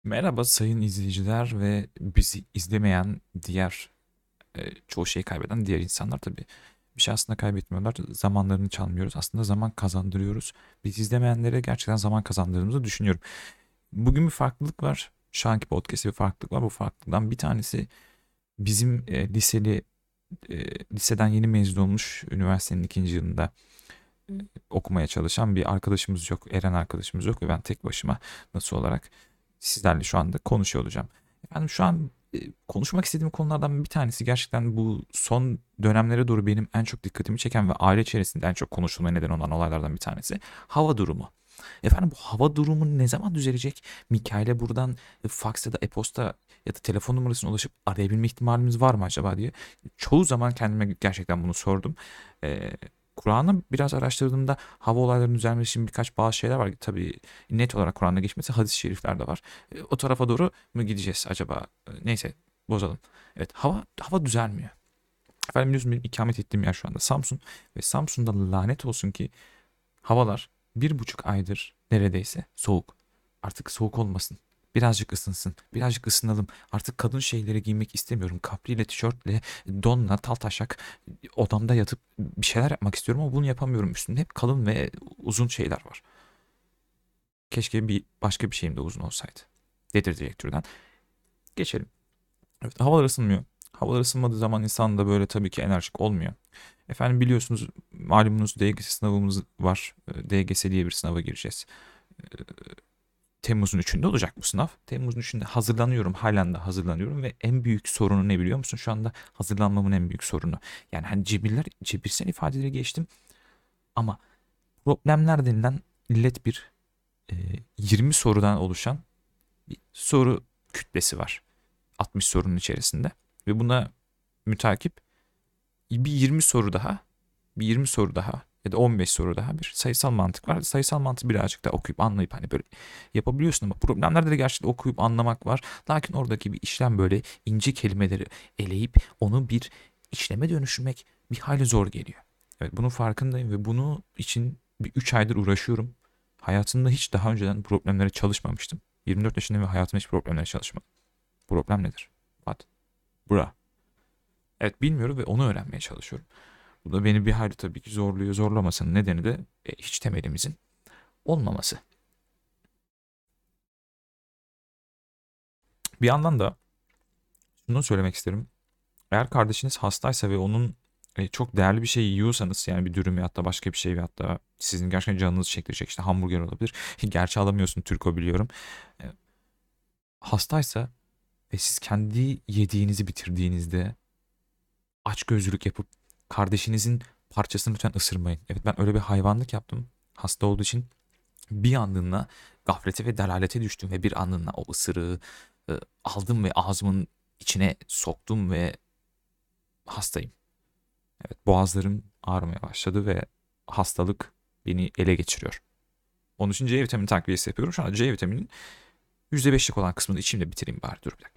Merhaba sayın izleyiciler ve bizi izlemeyen diğer çoğu şeyi kaybeden diğer insanlar tabii bir şey aslında kaybetmiyorlar. Zamanlarını çalmıyoruz. Aslında zaman kazandırıyoruz. Biz izlemeyenlere gerçekten zaman kazandırdığımızı düşünüyorum. Bugün bir farklılık var. Şu anki podcast'te bir farklılık var. Bu farklılıktan bir tanesi bizim liseden yeni mezun olmuş üniversitenin ikinci yılında okumaya çalışan bir arkadaşımız yok. Eren arkadaşımız yok ve ben tek başıma nasıl olarak sizlerle şu anda konuşuyor olacağım. Efendim şu an konuşmak istediğim konulardan bir tanesi gerçekten bu son dönemlere doğru benim en çok dikkatimi çeken ve aile içerisinde en çok konuşulmaya neden olan olaylardan bir tanesi hava durumu. Efendim bu hava durumu ne zaman düzelecek? Mikail'e buradan fax ya da e-posta ya da telefon numarasına ulaşıp arayabilme ihtimalimiz var mı acaba diye çoğu zaman kendime gerçekten bunu sordum. E, Kur'an'ı biraz araştırdığımda hava olaylarının düzelmesi için birkaç bazı şeyler var. Tabii net olarak Kur'an'da geçmesi hadis-i şerifler de var. O tarafa doğru mu gideceğiz acaba? Neyse bozalım. Evet hava düzelmiyor. Efendim biliyorsun benim ikamet ettiğim yer şu anda Samsun. Ve Samsun'da lanet olsun ki havalar 1,5 aydır neredeyse soğuk. Artık soğuk olmasın. Birazcık ısınsın. Birazcık ısınalım. Artık kadın şeyleri giymek istemiyorum. Kapriyle, tişörtle, donla, taltaşak odamda yatıp bir şeyler yapmak istiyorum ama bunu yapamıyorum. Üstünde hep kalın ve uzun şeyler var. Keşke başka bir şeyim de uzun olsaydı. Dedirtecek türden. Geçelim. Evet, havalar ısınmıyor. Havalar ısınmadığı zaman insan da böyle tabii ki enerjik olmuyor. Efendim biliyorsunuz malumunuz DGS sınavımız var. DGS diye bir sınava gireceğiz. Temmuz'un 3'ünde olacak bu sınav. Temmuz'un 3'ünde hazırlanıyorum. Halen de hazırlanıyorum ve en büyük sorunu ne biliyor musun? Şu anda hazırlanmamın en büyük sorunu. Yani hani cebirsel ifadeleri geçtim ama problemler denilen illet bir e, 20 sorudan oluşan bir soru kütlesi var. 60 sorunun içerisinde ve buna mütakip bir 20 soru daha, bir 20 soru daha ya da 15 soru daha bir sayısal mantık var. Sayısal mantığı birazcık da okuyup anlayıp hani böyle yapabiliyorsun ama problemlerde de gerçekten okuyup anlamak var. Lakin oradaki bir işlem böyle ince kelimeleri eleyip onu bir işleme dönüştürmek bir hayli zor geliyor. Evet bunun farkındayım ve bunu için bir 3 aydır uğraşıyorum. Hayatımda hiç daha önceden problemlere çalışmamıştım. 24 yaşındayım ve hayatımda hiç problemlere çalışmadım. Problem nedir? What? Bra. Evet bilmiyorum ve onu öğrenmeye çalışıyorum. Bu da beni bir hayli tabii ki zorluyor. Zorlamasının nedeni de hiç temelimizin olmaması. Bir yandan da şunu söylemek isterim. Eğer kardeşiniz hastaysa ve onun çok değerli bir şey yiyorsanız yani bir dürüm ya da başka bir şey ya da sizin gerçekten canınızı çektirecek işte hamburger olabilir. Gerçi alamıyorsun Türko biliyorum. E, Hastaysa ve siz kendi yediğinizi bitirdiğinizde açgözlülük yapıp kardeşinizin parçasını lütfen ısırmayın. Evet ben öyle bir hayvanlık yaptım hasta olduğu için. Bir anlığına gaflete ve delalete düştüm ve bir anlığına o ısırığı aldım ve ağzımın içine soktum ve hastayım. Evet boğazlarım ağrımaya başladı ve hastalık beni ele geçiriyor. Onun için C vitamini takviyesi yapıyorum. Şu anda C vitaminin %5'lik olan kısmını içeyim de bitireyim bari. Dur bir dakika.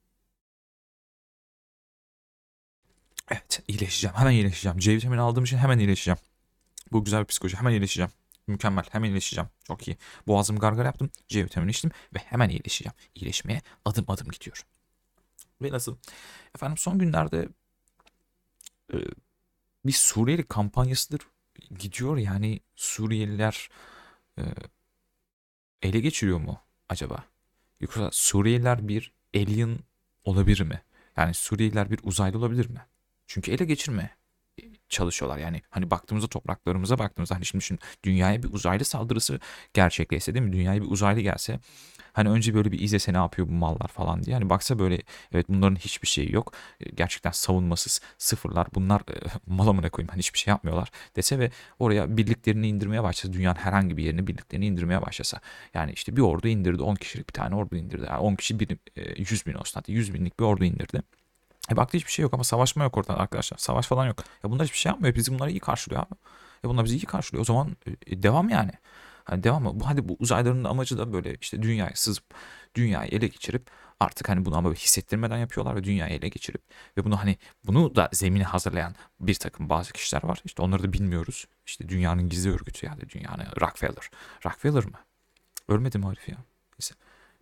Evet iyileşeceğim. Hemen iyileşeceğim. C vitamini aldığım için hemen iyileşeceğim. Bu güzel bir psikoloji. Hemen iyileşeceğim. Mükemmel. Hemen iyileşeceğim. Çok iyi. Boğazım gargara yaptım. C vitamini içtim ve hemen iyileşeceğim. İyileşmeye adım adım gidiyorum. Ve nasıl? Efendim son günlerde e, bir Suriyeli kampanyasıdır gidiyor. Yani Suriyeliler e, ele geçiriyor mu acaba? Yoksa Suriyeliler bir alien olabilir mi? Yani Suriyeliler bir uzaylı olabilir mi? Çünkü ele geçirme çalışıyorlar. Yani hani baktığımızda topraklarımıza baktığımızda hani şimdi dünyaya bir uzaylı saldırısı gerçekleşse değil mi? Dünyaya bir uzaylı gelse hani önce böyle bir izlese ne yapıyor bu mallar falan diye. Hani baksa böyle evet bunların hiçbir şeyi yok. Gerçekten savunmasız sıfırlar. Bunlar mala mı ne koyayım hani hiçbir şey yapmıyorlar dese ve oraya birliklerini indirmeye başlasa dünyanın herhangi bir yerine birliklerini indirmeye başlasa. Yani işte bir ordu indirdi 10 kişilik bir tane ordu indirdi. Yani 10 kişi 100 bin olsun hadi 100 binlik bir ordu indirdi. Baktı hiçbir şey yok ama savaşma yok ortada arkadaşlar. Savaş falan yok. Bunlar hiçbir şey yapmıyor. Bizi bunları iyi karşılıyor abi. Bunlar bizi iyi karşılıyor. O zaman devam yani. Hani devam mı? Hadi bu uzaylıların da amacı da böyle işte dünyaya sızıp dünyayı ele geçirip artık hani bunu ama hissettirmeden yapıyorlar ve dünyayı ele geçirip ve bunu hani bunu da zemini hazırlayan bir takım bazı kişiler var. İşte onları da bilmiyoruz. İşte dünyanın gizli örgütü yani dünyanın Rockefeller. Rockefeller mı? Ölmedi mi herif ya? Neyse.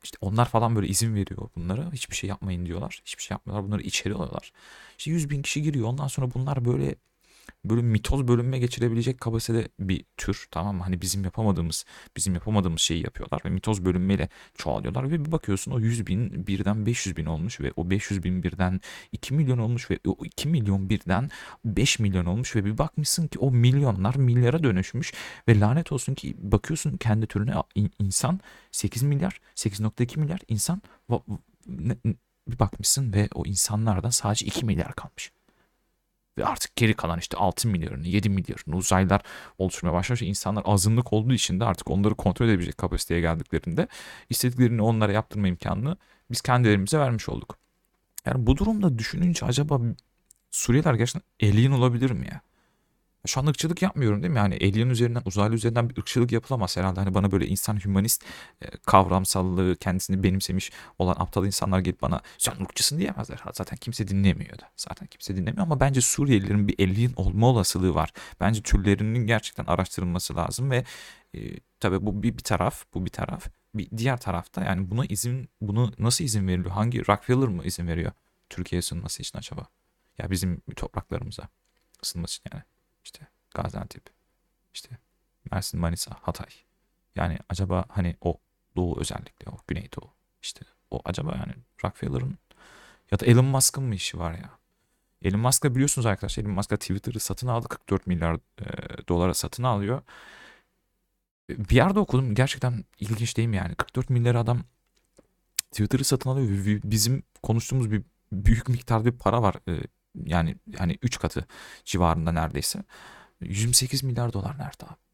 İşte onlar falan böyle izin veriyor bunlara. Hiçbir şey yapmayın diyorlar. Hiçbir şey yapmıyorlar. Bunları içeri alıyorlar. İşte 100 bin kişi giriyor. Ondan sonra bunlar böyle mitoz bölünme geçirebilecek kapasitede bir tür, tamam mı? Hani bizim yapamadığımız şeyi yapıyorlar ve mitoz bölünmeyle çoğalıyorlar ve bir bakıyorsun o 100 bin birden 500 bin olmuş ve o 500 bin birden 2 milyon olmuş ve o 2 milyon birden 5 milyon olmuş ve bir bakmışsın ki o milyonlar milyara dönüşmüş ve lanet olsun ki bakıyorsun kendi türüne insan 8 milyar 8,2 milyar insan bir bakmışsın ve o insanlardan sadece 2 milyar kalmış. Ve artık geri kalan işte 6 milyarını 7 milyarını uzaylılar oluşturmaya başlamış. İnsanlar azınlık olduğu için de artık onları kontrol edebilecek kapasiteye geldiklerinde istediklerini onlara yaptırma imkanını biz kendilerimize vermiş olduk. Yani bu durumda düşününce acaba Suriyeliler gerçekten alien olabilir mi ya? Şu an ırkçılık yapmıyorum değil mi? Yani alien üzerinden, uzaylı üzerinden bir ırkçılık yapılamaz herhalde. Hani bana böyle insan hümanist kavramsallığı kendisini benimsemiş olan aptal insanlar gelip bana sen ırkçısın diyemezler. Zaten kimse dinlemiyor da. Zaten kimse dinlemiyor ama bence Suriyelilerin bir alien olma olasılığı var. Bence türlerinin gerçekten araştırılması lazım ve tabii bu bir taraf, bu bir taraf. Bir diğer tarafta yani bunu nasıl izin veriliyor? Hangi Rockefeller mı izin veriyor Türkiye'ye ısınması için acaba? Ya bizim topraklarımıza ısınması için yani. İşte Gaziantep, işte Mersin, Manisa, Hatay. Yani acaba hani o doğu özellikle o Güneydoğu işte o acaba yani Rockefeller'ın ya da Elon Musk'ın mı işi var ya? Elon Musk'la biliyorsunuz arkadaşlar Elon Musk'la Twitter'ı satın aldı 44 milyar dolara satın alıyor. Bir yerde okudum gerçekten ilginç değil mi yani 44 milyar adam Twitter'ı satın alıyor ve bizim konuştuğumuz bir büyük miktarda bir para var. Yani 3 katı civarında neredeyse. 128 milyar dolar nerede abi?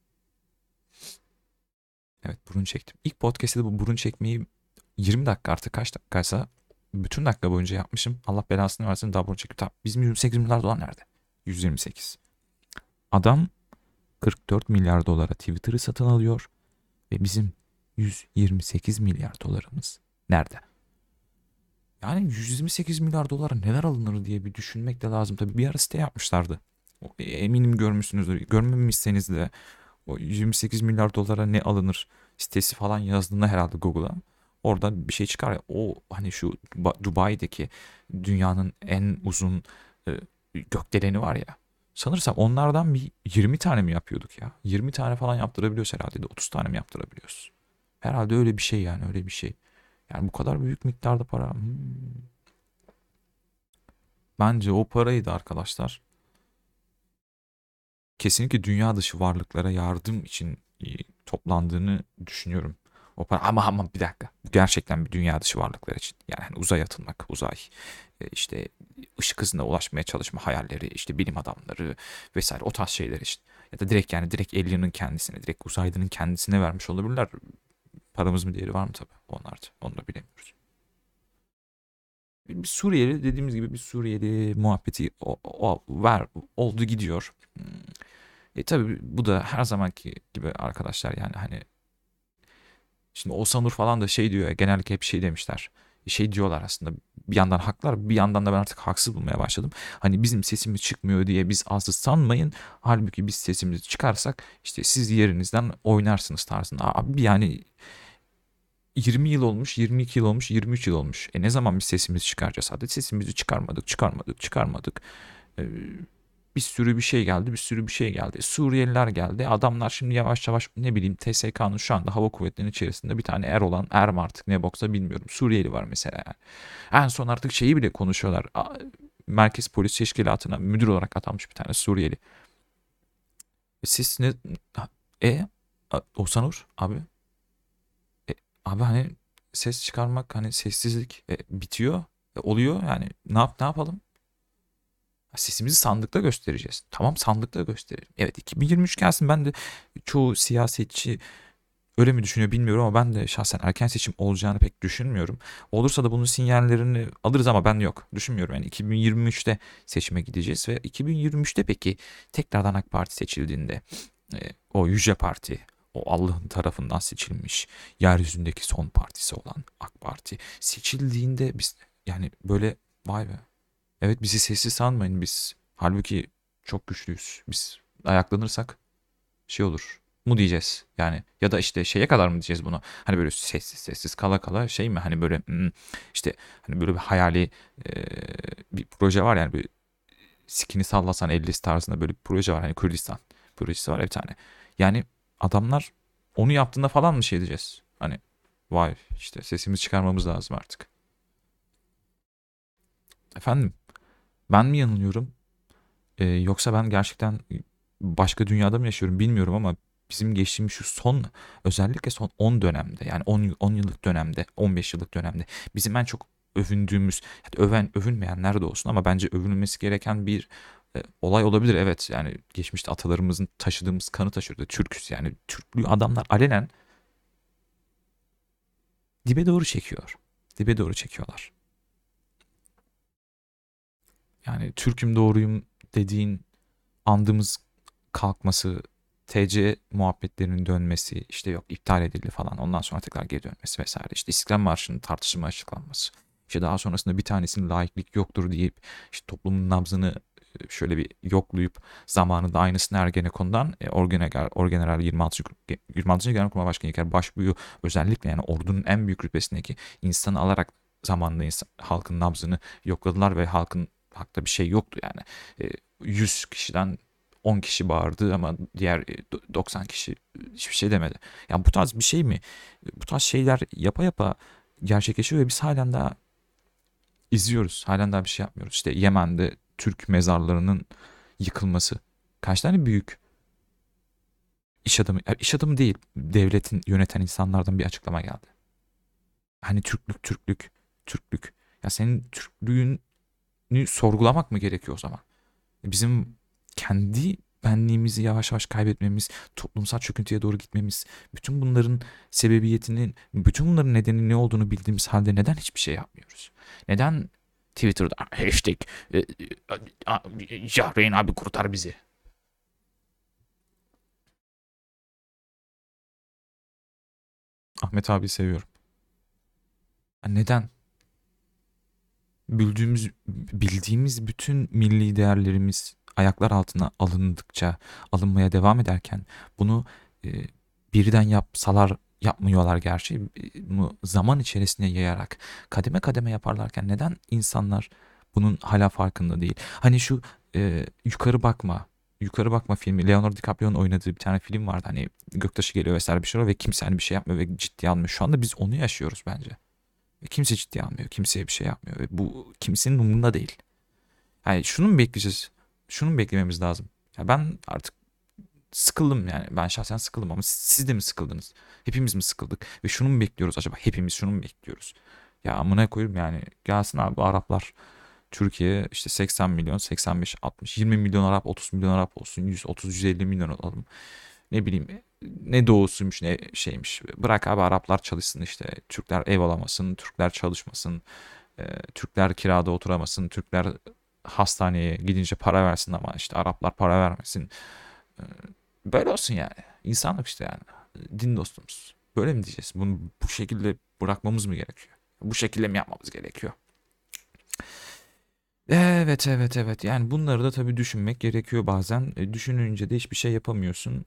Evet burun çektim. İlk podcast'te de bu burun çekmeyi 20 dakika artık kaç dakikaysa bütün dakika boyunca yapmışım. Allah belasını versin daha burun çekip tamam. Bizim 128 milyar dolar nerede? 128. Adam 44 milyar dolara Twitter'ı satın alıyor ve bizim 128 milyar dolarımız nerede? Yani 128 milyar dolara neler alınır diye bir düşünmek de lazım. Tabii bir ara site yapmışlardı. Eminim görmüşsünüzdür. Görmemişseniz de o 28 milyar dolara ne alınır sitesi falan yazdığında herhalde Google'a orada bir şey çıkar ya. O hani şu Dubai'deki dünyanın en uzun e, gökdeleni var ya. Sanırsam onlardan bir 20 tane mi yapıyorduk ya? 20 tane falan yaptırabiliyoruz herhalde de 30 tane mi yaptırabiliyoruz? Herhalde öyle bir şey yani öyle bir şey. Yani bu kadar büyük miktarda para. Bence o parayı da arkadaşlar kesinlikle dünya dışı varlıklara yardım için toplandığını düşünüyorum. O para ama bir dakika. Bu gerçekten bir dünya dışı varlıklar için. Yani hani uzaya atılmak, işte ışık hızına ulaşmaya çalışma hayalleri, işte bilim adamları vesaire o tarz şeyler için. Ya da direkt alien'ın kendisine, direkt uzaylının kendisine vermiş olabilirler. Paramız mı değeri var mı tabii onlarda. Onu da bilemiyoruz. Bir Suriyeli dediğimiz gibi bir Suriyeli muhabbeti var oldu gidiyor. Tabii bu da her zamanki gibi arkadaşlar yani hani şimdi Oğuzhan Uğur falan da şey diyor ya genellikle hep şey demişler. Şey diyorlar aslında bir yandan haklar bir yandan da ben artık haksız bulmaya başladım. Hani bizim sesimiz çıkmıyor diye biz azı sanmayın. Halbuki biz sesimizi çıkarsak işte siz yerinizden oynarsınız tarzında. Abi yani 20 yıl olmuş, 22 yıl olmuş, 23 yıl olmuş. Ne zaman biz sesimizi çıkaracağız? Hadi sesimizi çıkarmadık. Ee, bir sürü bir şey geldi, bir sürü bir şey geldi. Suriyeliler geldi. Adamlar şimdi yavaş yavaş ne bileyim TSK'nın şu anda hava kuvvetlerinin içerisinde bir tane er mi artık ne boksa bilmiyorum. Suriyeli var mesela yani. En son artık şeyi bile konuşuyorlar. Merkez Polis Teşkilatı'na müdür olarak atanmış bir tane Suriyeli. Siz ne... E? Oğuzhan Uğur abi. E, abi hani ses çıkarmak hani sessizlik bitiyor. Oluyor yani ne yapalım? Sesimizi sandıkta göstereceğiz. Tamam sandıkta gösterelim. Evet 2023 gelsin ben de çoğu siyasetçi öyle mi düşünüyor bilmiyorum ama ben de şahsen erken seçim olacağını pek düşünmüyorum. Olursa da bunun sinyallerini alırız ama ben yok. Düşünmüyorum yani 2023'te seçime gideceğiz ve 2023'te peki tekrardan AK Parti seçildiğinde o Yüce Parti o Allah'ın tarafından seçilmiş yeryüzündeki son partisi olan AK Parti seçildiğinde biz yani böyle vay be. Evet bizi sessiz sanmayın biz. Halbuki çok güçlüyüz. Biz ayaklanırsak şey olur. mu diyeceğiz yani, ya da işte şeye kadar mı diyeceğiz bunu, hani böyle sessiz sessiz kala kala şey mi, hani böyle işte hani böyle bir hayali e, bir proje var yani, bir skini sallasan 50 tarzında böyle bir proje var, hani Kürdistan projesi var ya bir tane, yani adamlar onu yaptığında falan mı şey diyeceğiz hani, vay işte sesimizi çıkarmamız lazım artık. Efendim, ben mi yanılıyorum? Yoksa ben gerçekten başka dünyada mı yaşıyorum bilmiyorum ama bizim geçtiğimiz şu son, özellikle son 10 dönemde, yani 10 yıllık dönemde, 15 yıllık dönemde bizim en çok övündüğümüz, yani övünmeyenler de olsun ama bence övünülmesi gereken bir olay olabilir. Evet, yani geçmişte atalarımızın taşıdığımız kanı taşırdı. Türküz, yani Türklüğü adamlar alenen dibe doğru çekiyor. Dibe doğru çekiyorlar. Yani Türk'üm doğruyum dediğin andımız kalkması, TC muhabbetlerinin dönmesi, işte yok iptal edildi falan, ondan sonra tekrar geri dönmesi vesaire. İşte İstiklal Marşı'nın tartışma açıklanması. İşte daha sonrasında bir tanesinin laiklik yoktur deyip işte toplumun nabzını şöyle bir yoklayıp zamanında aynısını Ergenekon'dan Orgeneral 26. Genelkurmay Başkanı İlker Başbuğ'u özellikle, yani ordunun en büyük rütbesindeki insanı alarak zamanında halkın nabzını yokladılar ve hakta bir şey yoktu yani. 100 kişiden 10 kişi bağırdı ama diğer 90 kişi hiçbir şey demedi. Yani bu tarz bir şey mi? Bu tarz şeyler yapa yapa gerçekleşiyor ve biz halen daha izliyoruz. Halen daha bir şey yapmıyoruz. İşte Yemen'de Türk mezarlarının yıkılması. Kaç tane büyük iş adamı değil, devletin yöneten insanlardan bir açıklama geldi. Hani Türklük, Türklük, Türklük. Ya senin Türklüğünü sorgulamak mı gerekiyor o zaman? Bizim kendi benliğimizi yavaş yavaş kaybetmemiz, toplumsal çöküntüye doğru gitmemiz, bütün bunların sebebiyetinin, bütün bunların nedeni ne olduğunu bildiğimiz halde neden hiçbir şey yapmıyoruz? Neden Twitter'da hashtag Cahreyn abi kurtar bizi? Ahmet abi seviyorum. Neden? Bildiğimiz bütün milli değerlerimiz ayaklar altına alınmaya devam ederken bunu e, birden yapsalar, yapmıyorlar gerçi, bunu zaman içerisinde yayarak kademe kademe yaparlarken neden insanlar bunun hala farkında değil? Hani şu Yukarı Bakma filmi, Leonardo DiCaprio'nun oynadığı bir tane film vardı, hani göktaşı geliyor vesaire bir şey oluyor ve kimse hani bir şey yapmıyor ve ciddiye almıyor. Şu anda biz onu yaşıyoruz bence. Ve kimse ciddiye almıyor. Kimseye bir şey yapmıyor. Ve bu kimsenin umurunda değil. Yani şunu mu bekleyeceğiz? Şunu mu beklememiz lazım? Ya ben artık sıkıldım yani. Ben şahsen sıkıldım ama siz de mi sıkıldınız? Hepimiz mi sıkıldık? Ve şunu mu bekliyoruz acaba? Hepimiz şunu mu bekliyoruz? Ya amına koyayım yani. Gelsin abi bu Araplar. Türkiye işte 80 milyon, 85, 60, 20 milyon Arap, 30 milyon Arap olsun. 130, 150 milyon olalım. Ne bileyim, ne doğusuymuş ne şeymiş. Bırak abi Araplar çalışsın işte. Türkler ev alamasın, Türkler çalışmasın. Türkler kirada oturamasın, Türkler hastaneye gidince para versin ama işte Araplar para vermesin. E, Böyle olsun yani. İnsanlık işte yani. Din dostumuz. Böyle mi diyeceğiz? Bunu bu şekilde bırakmamız mı gerekiyor? Bu şekilde mi yapmamız gerekiyor? Evet, evet, evet. Yani bunları da tabii düşünmek gerekiyor bazen. Düşününce de hiçbir şey yapamıyorsun.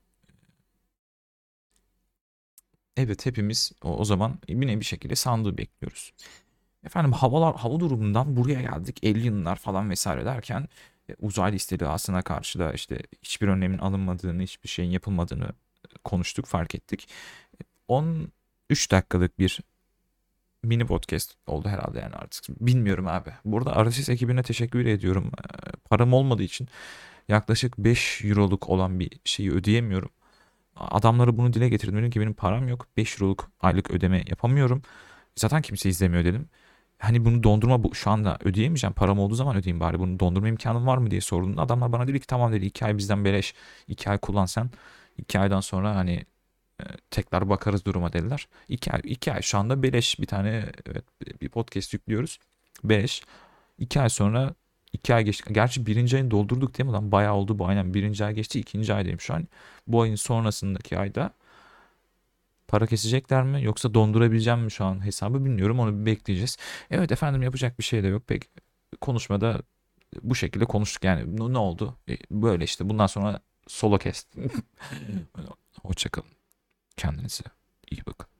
Evet, hepimiz o zaman yine bir şekilde sandığı bekliyoruz. Efendim, hava durumundan buraya geldik. Alien'lar falan vesaire derken uzaylı istilasına karşı da işte hiçbir önlemin alınmadığını, hiçbir şeyin yapılmadığını konuştuk, fark ettik. 13 dakikalık bir mini podcast oldu herhalde yani artık. Bilmiyorum abi. Burada RSS ekibine teşekkür ediyorum. Param olmadığı için yaklaşık 5 euroluk olan bir şeyi ödeyemiyorum. Adamlara bunu dile getirdim. Dedim ki benim param yok. 5 euroluk aylık ödeme yapamıyorum. Zaten kimse izlemiyor dedim. Hani bunu dondurma şu anda ödeyemeyeceğim. Param olduğu zaman ödeyeyim bari. Bunu dondurma imkanım var mı diye sorduğunda adamlar bana dedi ki tamam dedi, 2 ay bizden beleş. 2 ay kullan sen. 2 aydan sonra hani tekrar bakarız duruma dediler. 2 ay şu anda beleş bir tane, evet, bir podcast yüklüyoruz. Beleş. 2 ay sonra, 2 ay geçti. Gerçi birinci ayını doldurduk değil mi lan? Bayağı oldu bu, aynen. Birinci ay geçti, ikinci aydayım şu an. Bu ayın sonrasındaki ayda para kesecekler mi yoksa dondurabileceğim mi şu an hesabı bilmiyorum, onu bir bekleyeceğiz. Evet efendim, yapacak bir şey de yok. Pek konuşmada bu şekilde konuştuk yani. Ne oldu? Böyle işte bundan sonra solo cast. Hoşça kalın. Kendinize iyi bakın.